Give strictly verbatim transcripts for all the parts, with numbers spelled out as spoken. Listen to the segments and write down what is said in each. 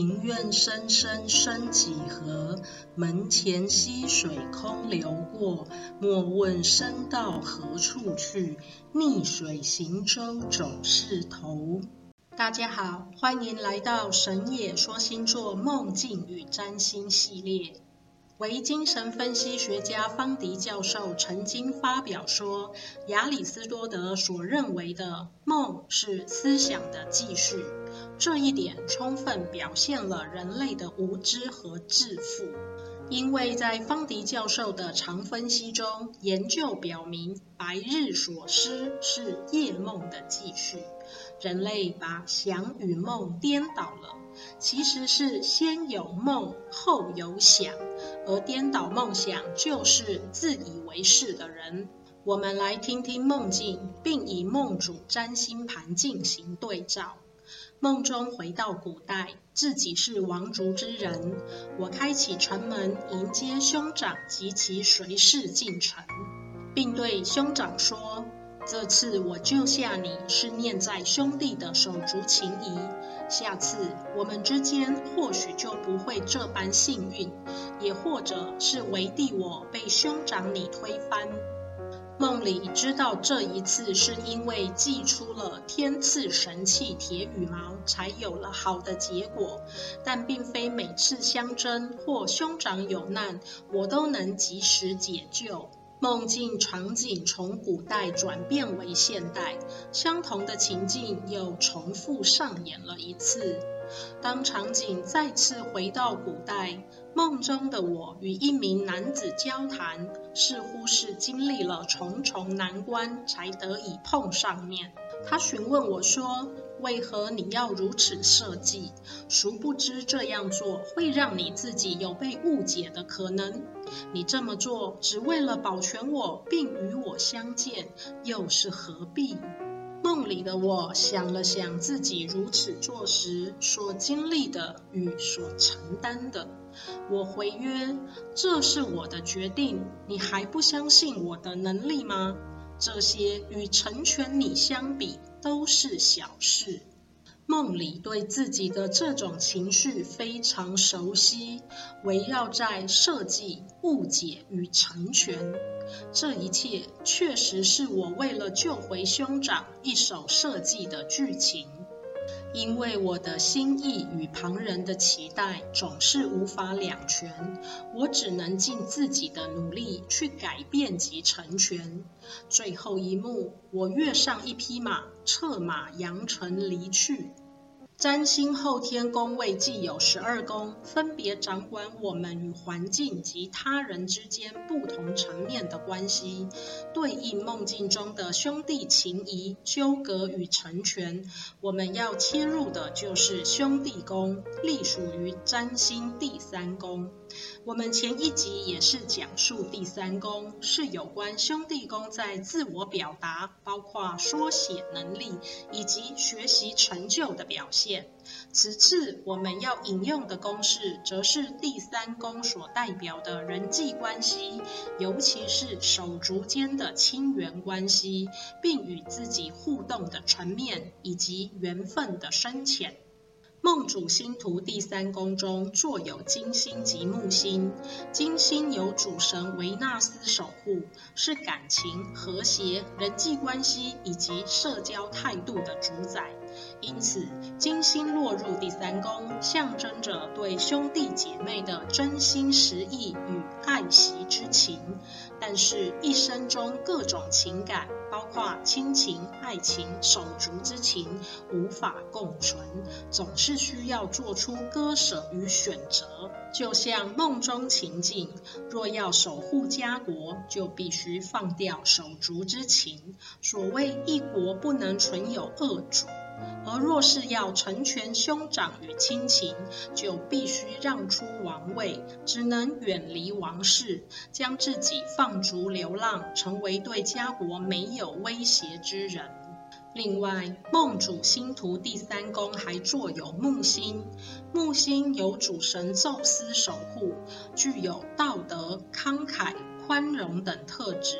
庭院深深深几何，门前溪水空流过。莫问身到何处去，逆水行舟总是头。大家好，欢迎来到神野说星座梦境与占星系列。为精神分析学家方迪教授曾经发表说，亚里斯多德所认为的梦是思想的继续，这一点充分表现了人类的无知和自负。因为在方迪教授的长分析中，研究表明白日所思是夜梦的继续，人类把想与梦颠倒了，其实是先有梦后有想，而颠倒梦想就是自以为是的人。我们来听听梦境，并以梦主占星盘进行对照。梦中回到古代，自己是王族之人，我开启城门迎接兄长及其随侍进城，并对兄长说，这次我救下你是念在兄弟的手足情谊，下次我们之间或许就不会这般幸运，也或者是为弟我被兄长你推翻。梦里知道这一次是因为祭出了天赐神器铁羽毛才有了好的结果，但并非每次相争或兄长有难我都能及时解救。梦境场景从古代转变为现代，相同的情境又重复上演了一次。当场景再次回到古代，梦中的我与一名男子交谈，似乎是经历了重重难关才得以碰上面。他询问我说，为何你要如此设计？殊不知这样做会让你自己有被误解的可能。你这么做只为了保全我并与我相见，又是何必？梦里的我想了想自己如此做时所经历的与所承担的，我回曰，这是我的决定，你还不相信我的能力吗？这些与成全你相比都是小事。梦里对自己的这种情绪非常熟悉，围绕在设计、误解与成全。这一切确实是我为了救回兄长一手设计的剧情。因为我的心意与旁人的期待总是无法两全，我只能尽自己的努力去改变及成全。最后一幕，我跃上一匹马，策马扬尘离去。占星后天宫位既有十二宫，分别掌管我们与环境及他人之间不同层面的关系，对应梦境中的兄弟情谊、纠葛与成全。我们要切入的就是兄弟宫，隶属于占星第三宫。我们前一集也是讲述第三宫，是有关兄弟宫在自我表达，包括说写能力以及学习成就的表现。此次我们要引用的公式，则是第三宫所代表的人际关系，尤其是手足间的亲缘关系，并与自己互动的层面以及缘分的深浅。梦主星图第三宫中坐有金星及木星，金星由主神维纳斯守护，是感情、和谐、人际关系以及社交态度的主宰。因此，金星落入第三宫，象征着对兄弟姐妹的真心实意与爱惜之情。但是，一生中各种情感，包括亲情、爱情、手足之情，无法共存，总是需要做出割舍与选择。就像梦中情境，若要守护家国，就必须放掉手足之情。所谓一国不能存有二主。而若是要成全兄长与亲情，就必须让出王位，只能远离王室，将自己放逐流浪，成为对家国没有威胁之人。另外，梦主星图第三宫还坐有木星，木星由主神宙斯守护，具有道德、慷慨、宽容等特质。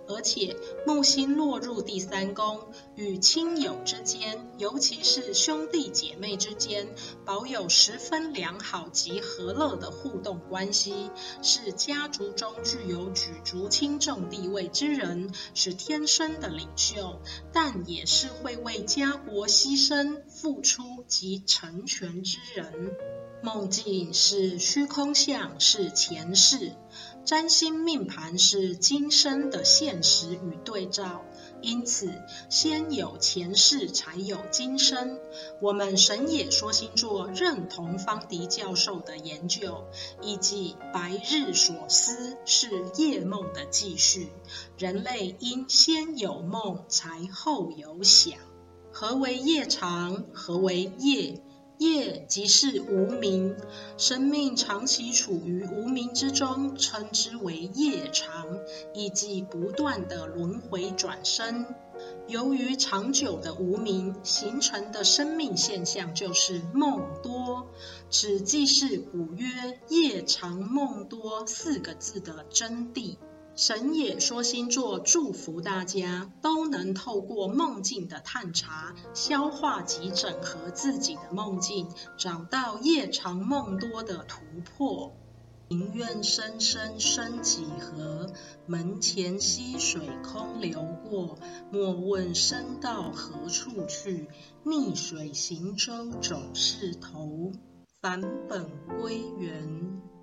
而且木星落入第三宫，与亲友之间，尤其是兄弟姐妹之间，保有十分良好及和乐的互动关系，是家族中具有举足轻重地位之人，是天生的领袖，但也是会为家国牺牲、付出及成全之人。梦境是虚空相，是前世。占星命盘是今生的现实与对照，因此先有前世才有今生。我们神野说星座认同方迪教授的研究，以及白日所思是夜梦的继续，人类应先有梦才后有想。何为夜长？何为夜？夜即是无明，生命长期处于无明之中，称之为夜长，以及不断的轮回转生。由于长久的无明形成的生命现象就是梦多，此即是古曰夜长梦多四个字的真谛。神野说星座祝福大家都能透过梦境的探查，消化及整合自己的梦境，找到夜长梦多的突破。庭院深深深几何，门前溪水空流过。莫问身到何处去，逆水行舟总是头。返本归元。